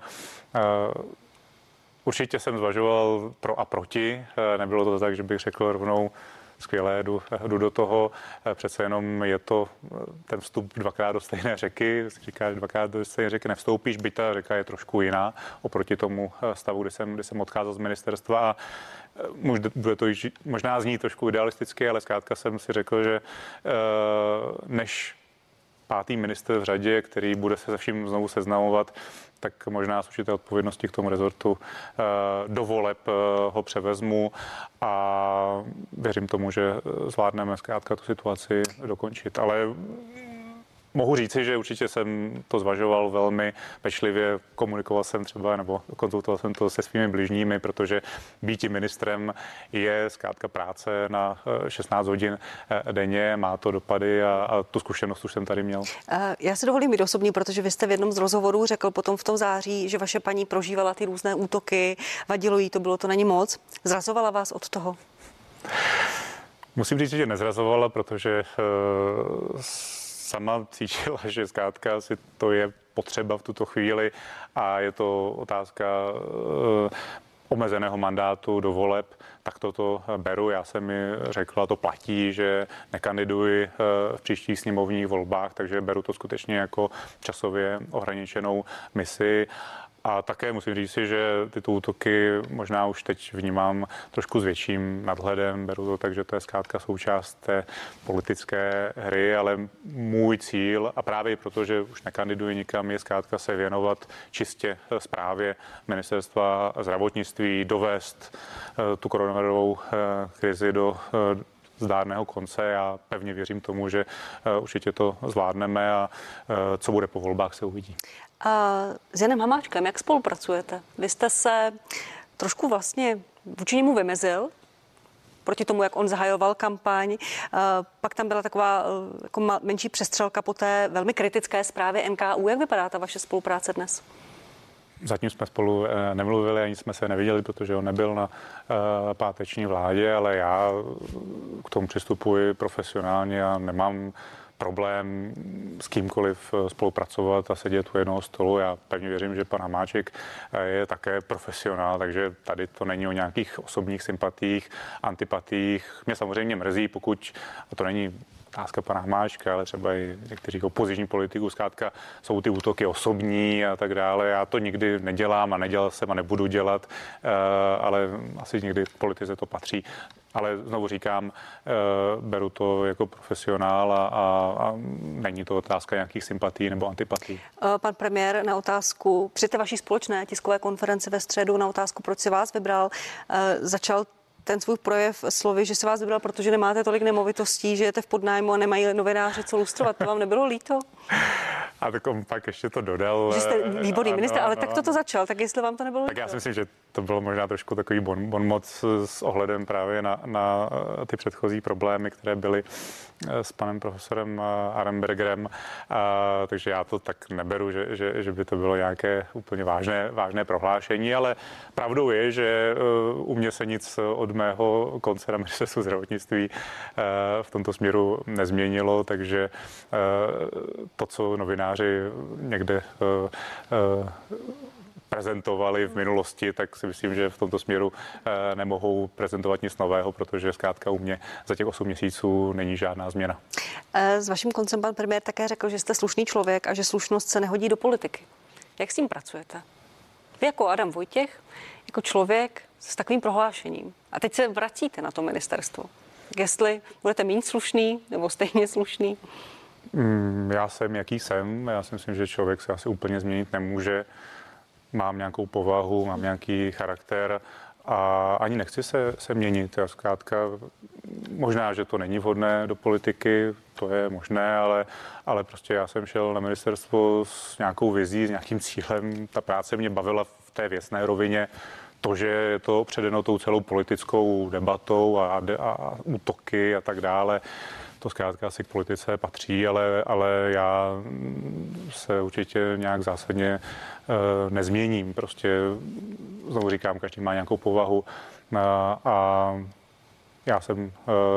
Speaker 2: Určitě jsem zvažoval pro a proti, nebylo to tak, že bych řekl rovnou skvělé, jdu do toho. Přece jenom je to ten vstup dvakrát do stejné řeky. Říká, že dvakrát do stejné řeky nevstoupíš, byť ta řeka je trošku jiná oproti tomu stavu, kdy jsem odcházel z ministerstva. A bude to možná znít trošku idealisticky, ale zkrátka jsem si řekl, že než pátý ministr v řadě, který bude se vším znovu seznamovat, tak možná z určité odpovědnosti k tomu rezortu do voleb ho převezmu a věřím tomu, že zvládneme zkrátka tu situaci dokončit. Ale mohu říci, že určitě jsem to zvažoval velmi pečlivě, komunikoval jsem třeba nebo konzultoval jsem to se svými bližními, protože býti ministrem je zkrátka práce na 16 hodin denně, má to dopady a tu zkušenost už jsem tady měl.
Speaker 1: Já si dovolím být osobní, protože vy jste v jednom z rozhovorů řekl potom v tom září, že vaše paní prožívala ty různé útoky, vadilo jí to, bylo to na ní moc. Zrazovala vás od toho?
Speaker 2: Musím říct, že nezrazovala, protože sama cítila, že zkrátka si to je potřeba v tuto chvíli a je to otázka omezeného mandátu do voleb, tak toto beru. Já jsem mi řekla, to platí, že nekandiduji v příštích sněmovních volbách, takže beru to skutečně jako časově ohraničenou misi. A také musím říct si, že tyto útoky možná už teď vnímám trošku s větším nadhledem. Beru to tak, že to je zkrátka součást té politické hry, ale můj cíl, a právě i proto, že už nekandiduji nikam, je zkrátka se věnovat čistě správě ministerstva zdravotnictví, dovést tu koronavirovou krizi do zdárného konce. Já pevně věřím tomu, že určitě to zvládneme a co bude po volbách, se uvidí.
Speaker 1: A s Janem Hamáčkem, jak spolupracujete? Vy jste se trošku vlastně vůči němu vymezil proti tomu, jak on zahajoval kampaň. Pak tam byla taková jako menší přestřelka po té velmi kritické zprávě NKÚ. Jak vypadá ta vaše spolupráce dnes?
Speaker 2: Zatím jsme spolu nemluvili, ani jsme se neviděli, protože on nebyl na páteční vládě, ale já k tomu přistupuji profesionálně a nemám problém s kýmkoliv spolupracovat a sedět u jednoho stolu. Já pevně věřím, že pan Hamáček je také profesionál, takže tady to není o nějakých osobních sympatiích, antipatiích. Mě samozřejmě mrzí, pokud, a to není otázka pana Hamáčka, ale třeba i někteří opoziční politiků, zkrátka jsou ty útoky osobní a tak dále. Já to nikdy nedělám a nedělal jsem a nebudu dělat, ale asi někdy v politice to patří. Ale znovu říkám, beru to jako profesionál a není to otázka nějakých sympatí nebo antipatí.
Speaker 1: Pan premiér na otázku při té vaší společné tiskové konferenci ve středu na otázku, proč si vás vybral, začal ten svůj projev slovy, že se vás vybral, protože nemáte tolik nemovitostí, že jete v podnájmu a nemají novináři co lustrovat. To vám nebylo líto?
Speaker 2: A tak on pak ještě to dodal.
Speaker 1: Že jste výborný ministr, ale tak to začal, tak jestli vám to nebylo líto.
Speaker 2: Tak já si myslím, že to bylo možná trošku takový bonmot s ohledem právě na ty předchozí problémy, které byly s panem profesorem Arenbergerem, takže já to tak neberu, že by to bylo nějaké úplně vážné prohlášení, ale pravdou je, že u mě se nic od mého konce na ministerstvu zdravotnictví v tomto směru nezměnilo, takže to, co novináři někde prezentovali v minulosti, tak si myslím, že v tomto směru nemohou prezentovat nic nového, protože zkrátka u mě za těch 8 měsíců není žádná změna.
Speaker 1: S vaším koncem pan premiér také řekl, že jste slušný člověk a že slušnost se nehodí do politiky. Jak s tím pracujete? Vy jako Adam Vojtěch, jako člověk s takovým prohlášením. A teď se vracíte na to ministerstvo. Jestli budete méně slušný nebo stejně slušný?
Speaker 2: Já jsem, jaký jsem. Já si myslím, že člověk se asi úplně změnit nemůže. Mám nějakou povahu, mám nějaký charakter a ani nechci se měnit. Já zkrátka, možná, že to není vhodné do politiky, to je možné, ale prostě já jsem šel na ministerstvo s nějakou vizí, s nějakým cílem. Ta práce mě bavila v té věcné rovině. To, že je to předeno tou celou politickou debatou a útoky a tak dále, to zkrátka asi k politice patří, ale já se určitě nějak zásadně nezměním. Prostě znovu říkám, každý má nějakou povahu a já jsem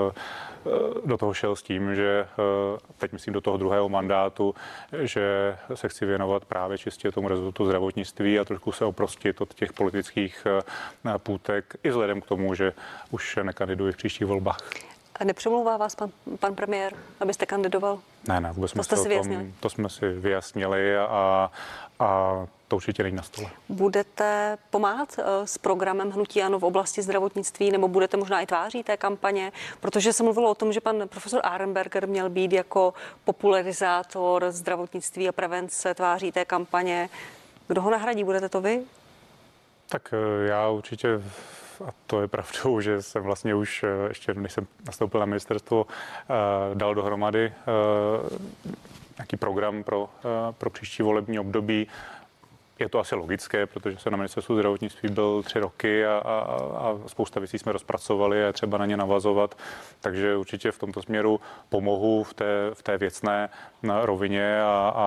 Speaker 2: do toho šel s tím, že teď myslím do toho druhého mandátu, že se chci věnovat právě čistě tomu rezortu zdravotnictví a trošku se oprostit od těch politických půtek i vzhledem k tomu, že už nekandiduji v příštích volbách.
Speaker 1: A nepřemlouvá vás pan premiér, abyste kandidoval?
Speaker 2: Ne, vůbec to jsme si vyjasnili a to určitě není na stole.
Speaker 1: Budete pomáhat s programem Hnutí ANO v oblasti zdravotnictví nebo budete možná i tváří té kampaně? Protože se mluvilo o tom, že pan profesor Arenberger měl být jako popularizátor zdravotnictví a prevence tváří té kampaně. Kdo ho nahradí? Budete to vy?
Speaker 2: Tak já určitě, a to je pravdou, že jsem vlastně už ještě než jsem nastoupil na ministerstvo, dal dohromady nějaký program pro příští volební období. Je to asi logické, protože jsem na ministerstvu zdravotnictví byl 3 roky a spousta věcí jsme rozpracovali a je třeba na ně navazovat. Takže určitě v tomto směru pomohu v té věcné rovině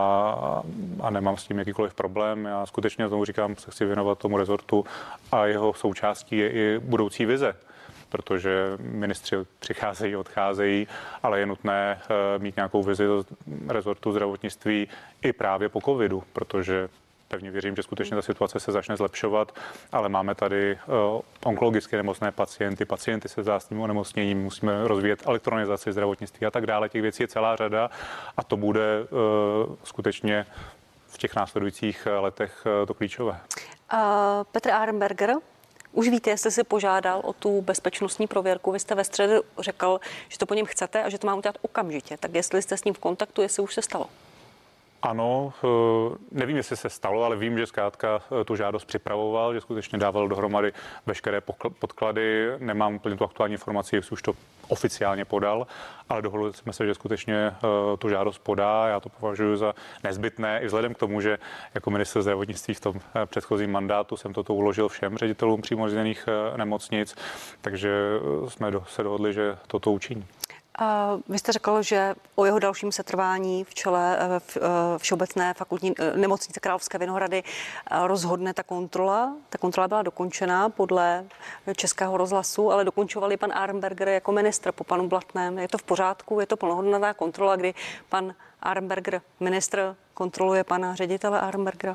Speaker 2: a nemám s tím jakýkoliv problém. Já skutečně tomu říkám, se chci věnovat tomu rezortu a jeho součástí je i budoucí vize, protože ministři přicházejí, odcházejí, ale je nutné mít nějakou vizi do rezortu zdravotnictví i právě po covidu, protože pevně věřím, že skutečně ta situace se začne zlepšovat, ale máme tady onkologicky nemocné pacienty se vzácným onemocněním, musíme rozvíjet elektronizaci zdravotnictví a tak dále. Těch věcí je celá řada a to bude skutečně v těch následujících letech to klíčové.
Speaker 1: Petr Arenberger, už víte, jestli si požádal o tu bezpečnostní prověrku. Vy jste ve středu řekl, že to po něm chcete a že to mám udělat okamžitě. Tak jestli jste s ním v kontaktu, jestli už se stalo?
Speaker 2: Ano, nevím, jestli se stalo, ale vím, že zkrátka tu žádost připravoval, že skutečně dával dohromady veškeré podklady. Nemám úplně tu aktuální informaci, jestli už to oficiálně podal, ale dohodli jsme se, že skutečně tu žádost podá. Já to považuji za nezbytné i vzhledem k tomu, že jako ministr zdravotnictví v tom předchozím mandátu jsem toto uložil všem ředitelům přímo řízených nemocnic, takže jsme se dohodli, že toto učiní.
Speaker 1: Vy jste řekl, že o jeho dalším setrvání v čele Všeobecné fakultní nemocnice Královské Vinohrady rozhodne ta kontrola. Ta kontrola byla dokončena podle Českého rozhlasu, ale dokončoval ji pan Arenberger jako ministr po panu Blatném. Je to v pořádku? Je to plnohodnotná kontrola, kdy pan Arenberger, ministr, kontroluje pana ředitele Arenbergera?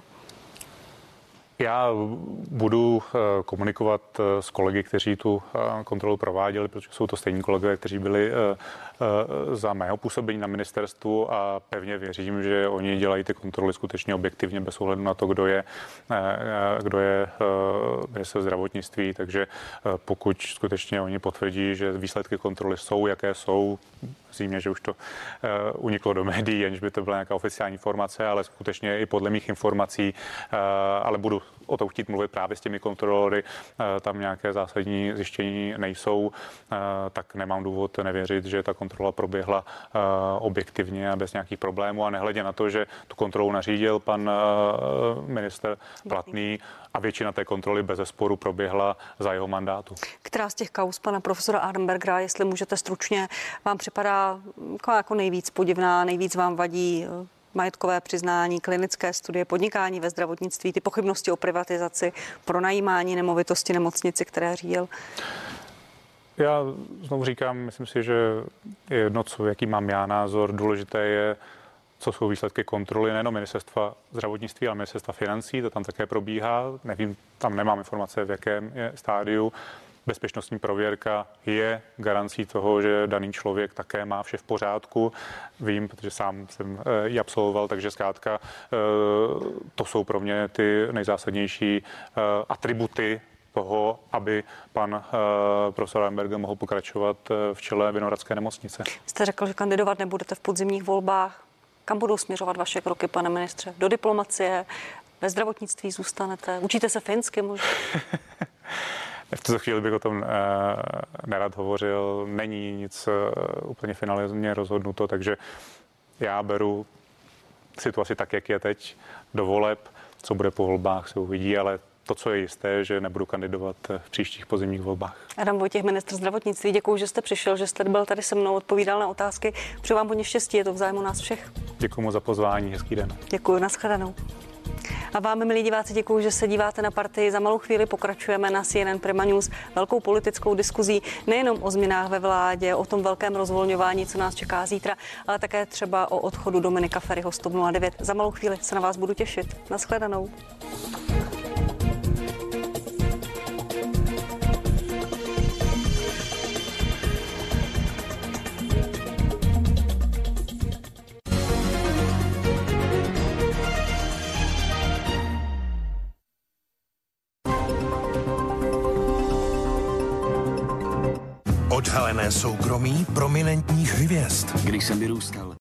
Speaker 2: Já budu komunikovat s kolegy, kteří tu kontrolu prováděli, protože jsou to stejní kolegové, kteří byli za mého působení na ministerstvu a pevně věřím, že oni dělají ty kontroly skutečně objektivně bez ohledu na to, kdo je ministr zdravotnictví. Takže pokud skutečně oni potvrdí, že výsledky kontroly jsou, jaké jsou, zřejmě, že už to uniklo do médií, aniž by to byla nějaká oficiální informace, ale skutečně i podle mých informací, ale budu o tom chtít mluvit právě s těmi kontrolory, tam nějaké zásadní zjištění nejsou, tak nemám důvod nevěřit, že ta kontrola proběhla objektivně a bez nějakých problémů a nehledě na to, že tu kontrolu nařídil pan ministr Blatný a většina té kontroly bezesporu proběhla za jeho mandátu.
Speaker 1: Která z těch kauz pana profesora Arenbergera, jestli můžete stručně, vám připadá jako nejvíc podivná, nejvíc vám vadí majetkové přiznání, klinické studie, podnikání ve zdravotnictví, ty pochybnosti o privatizaci, pronajímání nemovitosti nemocnici, které řídil?
Speaker 2: Já znovu říkám, myslím si, že je jedno, jaký mám já názor. Důležité je, co jsou výsledky kontroly nejenom ministerstva zdravotnictví, ale ministerstva financí. To tam také probíhá. Nevím, tam nemám informace, v jakém je stádiu. Bezpečnostní prověrka je garancí toho, že daný člověk také má vše v pořádku. Vím, protože sám jsem ji absolvoval, takže zkrátka to jsou pro mě ty nejzásadnější atributy toho, aby pan profesor Arenberger mohl pokračovat v čele Vinohradské nemocnice.
Speaker 1: Jste řekl, že kandidovat nebudete v podzimních volbách. Kam budou směřovat vaše kroky, pane ministře? Do diplomacie? Ve zdravotnictví zůstanete? Učíte se finsky možná?
Speaker 2: V tuto chvíli bych o tom nerad hovořil. Není nic úplně finálně rozhodnuto, takže já beru situaci tak, jak je teď, do voleb. Co bude po volbách, se uvidí, ale to, co je jisté, že nebudu kandidovat v příštích podzimních volbách.
Speaker 1: Adam Vojtěch, ministr zdravotnictví, děkuji, že jste přišel, že jste byl tady se mnou, odpovídal na otázky. Přeju vám hodně štěstí, je to v zájmu nás všech.
Speaker 2: Děkuji mu za pozvání, hezký den.
Speaker 1: Děkuji, nashledanou. A vám, milí diváci, děkuji, že se díváte na Partii. Za malou chvíli pokračujeme na CNN Prima News velkou politickou diskuzí nejenom o změnách ve vládě, o tom velkém rozvolňování, co nás čeká zítra, ale také třeba o odchodu Dominika Feriho z TOP 09. Za malou chvíli se na vás budu těšit. Nashledanou.
Speaker 3: Odhalené soukromí prominentních hvězd.
Speaker 4: Když jsem vyrůstal,